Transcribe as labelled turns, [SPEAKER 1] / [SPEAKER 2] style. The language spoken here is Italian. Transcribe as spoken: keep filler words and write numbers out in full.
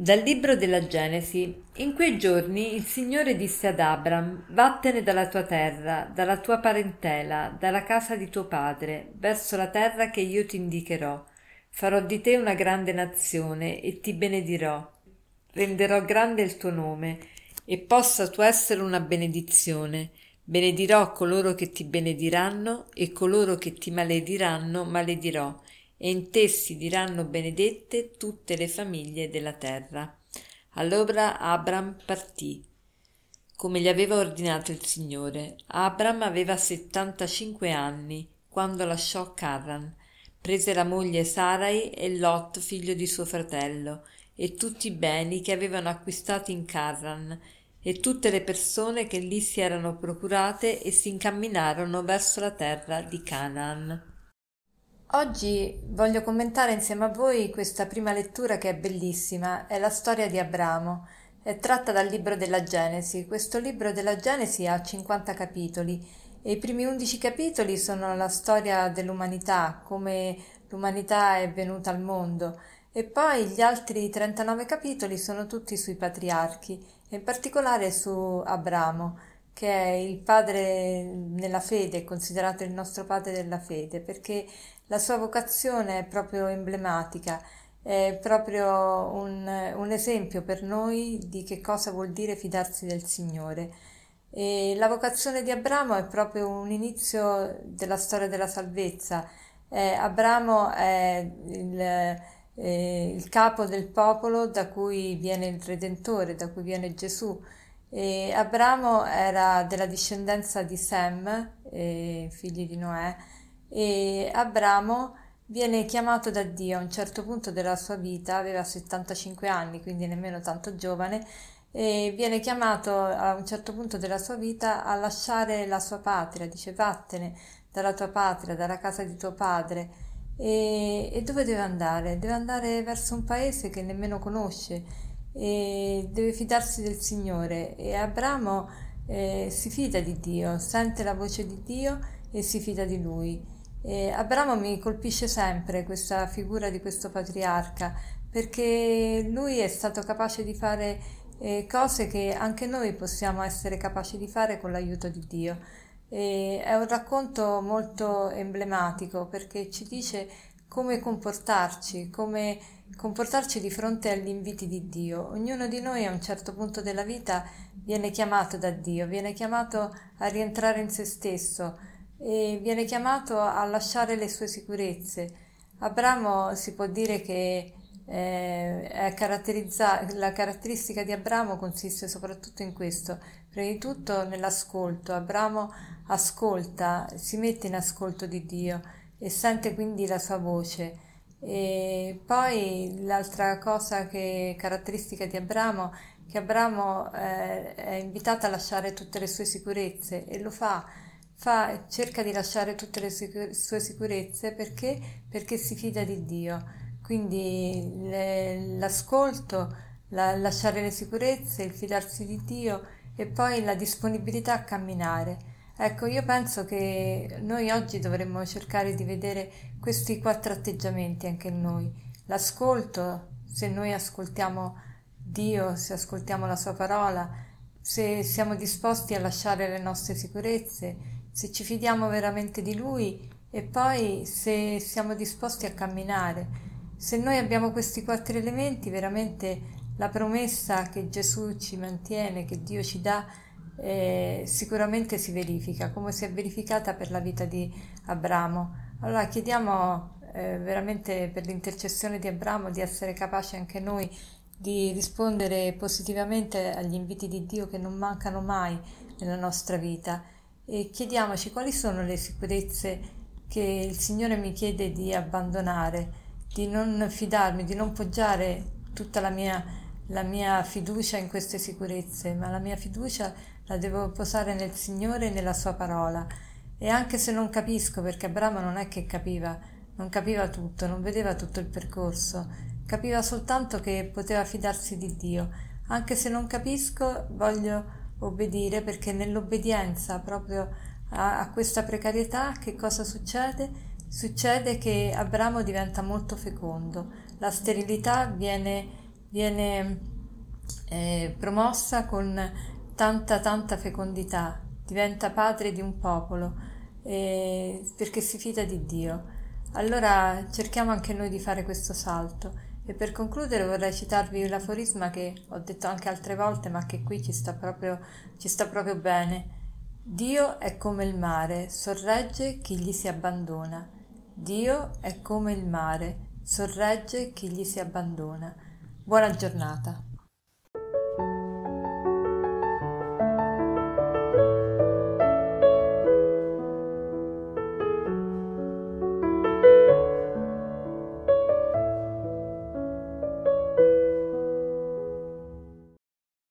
[SPEAKER 1] Dal libro della Genesi. In quei giorni il Signore disse ad Abram: Vattene dalla tua terra, dalla tua parentela, dalla casa di tuo padre, verso la terra che io ti indicherò. Farò di te una grande nazione e ti benedirò. Renderò grande il tuo nome e possa tu essere una benedizione. Benedirò coloro che ti benediranno e coloro che ti malediranno maledirò, e in te si diranno benedette tutte le famiglie della terra. Allora Abram partì, come gli aveva ordinato il Signore. Abram aveva settantacinque anni quando lasciò Carran, prese la moglie Sarai e Lot, figlio di suo fratello, e tutti i beni che avevano acquistato in Carran, e tutte le persone che lì si erano procurate, e si incamminarono verso la terra di Canaan. Oggi voglio commentare insieme a voi questa prima lettura che è bellissima, è la storia di Abramo, è tratta dal libro della Genesi. Questo libro della Genesi ha cinquanta capitoli e i primi undici capitoli sono la storia dell'umanità, come l'umanità è venuta al mondo, e poi gli altri trentanove capitoli sono tutti sui patriarchi, e in particolare su Abramo, che è il padre nella fede, è considerato il nostro padre della fede, perché la sua vocazione è proprio emblematica, è proprio un, un esempio per noi di che cosa vuol dire fidarsi del Signore. E la vocazione di Abramo è proprio un inizio della storia della salvezza. Eh, Abramo è il, eh, il capo del popolo da cui viene il Redentore, da cui viene Gesù. E Abramo era della discendenza di Sem, eh, figli di Noè, e Abramo viene chiamato da Dio a un certo punto della sua vita, aveva settantacinque anni, quindi nemmeno tanto giovane, e viene chiamato a un certo punto della sua vita a lasciare la sua patria, dice vattene dalla tua patria, dalla casa di tuo padre. E, e dove deve andare? Deve andare verso un paese che nemmeno conosce e deve fidarsi del Signore, e Abramo eh, si fida di Dio, sente la voce di Dio e si fida di Lui. E Abramo mi colpisce sempre questa figura di questo patriarca, perché lui è stato capace di fare eh, cose che anche noi possiamo essere capaci di fare con l'aiuto di Dio. E è un racconto molto emblematico, perché ci dice come comportarci, come comportarci di fronte agli inviti di Dio. Ognuno di noi a un certo punto della vita viene chiamato da Dio, viene chiamato a rientrare in se stesso e viene chiamato a lasciare le sue sicurezze. Abramo si può dire che eh, è caratterizza- la caratteristica di Abramo consiste soprattutto in questo, prima di tutto nell'ascolto. Abramo ascolta, si mette in ascolto di Dio e sente quindi la sua voce. E poi l'altra cosa che è caratteristica di Abramo è che Abramo eh, è invitato a lasciare tutte le sue sicurezze, e lo fa, fa cerca di lasciare tutte le sicur- sue sicurezze perché? Perché si fida di Dio. Quindi le- l'ascolto, la- lasciare le sicurezze, il fidarsi di Dio e poi la disponibilità a camminare. Ecco, io penso che noi oggi dovremmo cercare di vedere questi quattro atteggiamenti anche in noi. L'ascolto, se noi ascoltiamo Dio, se ascoltiamo la sua parola, se siamo disposti a lasciare le nostre sicurezze, se ci fidiamo veramente di Lui, e poi se siamo disposti a camminare. Se noi abbiamo questi quattro elementi, veramente la promessa che Gesù ci mantiene, che Dio ci dà, eh, sicuramente si verifica, come si è verificata per la vita di Abramo. Allora chiediamo eh, veramente per l'intercessione di Abramo di essere capaci anche noi di rispondere positivamente agli inviti di Dio che non mancano mai nella nostra vita, e chiediamoci quali sono le sicurezze che il Signore mi chiede di abbandonare, di non fidarmi, di non poggiare tutta la mia, la mia fiducia in queste sicurezze, ma la mia fiducia la devo posare nel Signore e nella sua parola. E anche se non capisco, perché Abramo non è che capiva, non capiva tutto, non vedeva tutto il percorso, capiva soltanto che poteva fidarsi di Dio. Anche se non capisco, voglio obbedire, perché nell'obbedienza proprio a, a questa precarietà che cosa succede? Succede che Abramo diventa molto fecondo, la sterilità viene viene eh, promossa con tanta tanta fecondità, diventa padre di un popolo eh, perché si fida di Dio. Allora cerchiamo anche noi di fare questo salto. E per concludere vorrei citarvi l'aforisma che ho detto anche altre volte, ma che qui ci sta proprio, ci sta proprio bene. Dio è come il mare, sorregge chi gli si abbandona. Dio è come il mare, sorregge chi gli si abbandona. Buona giornata.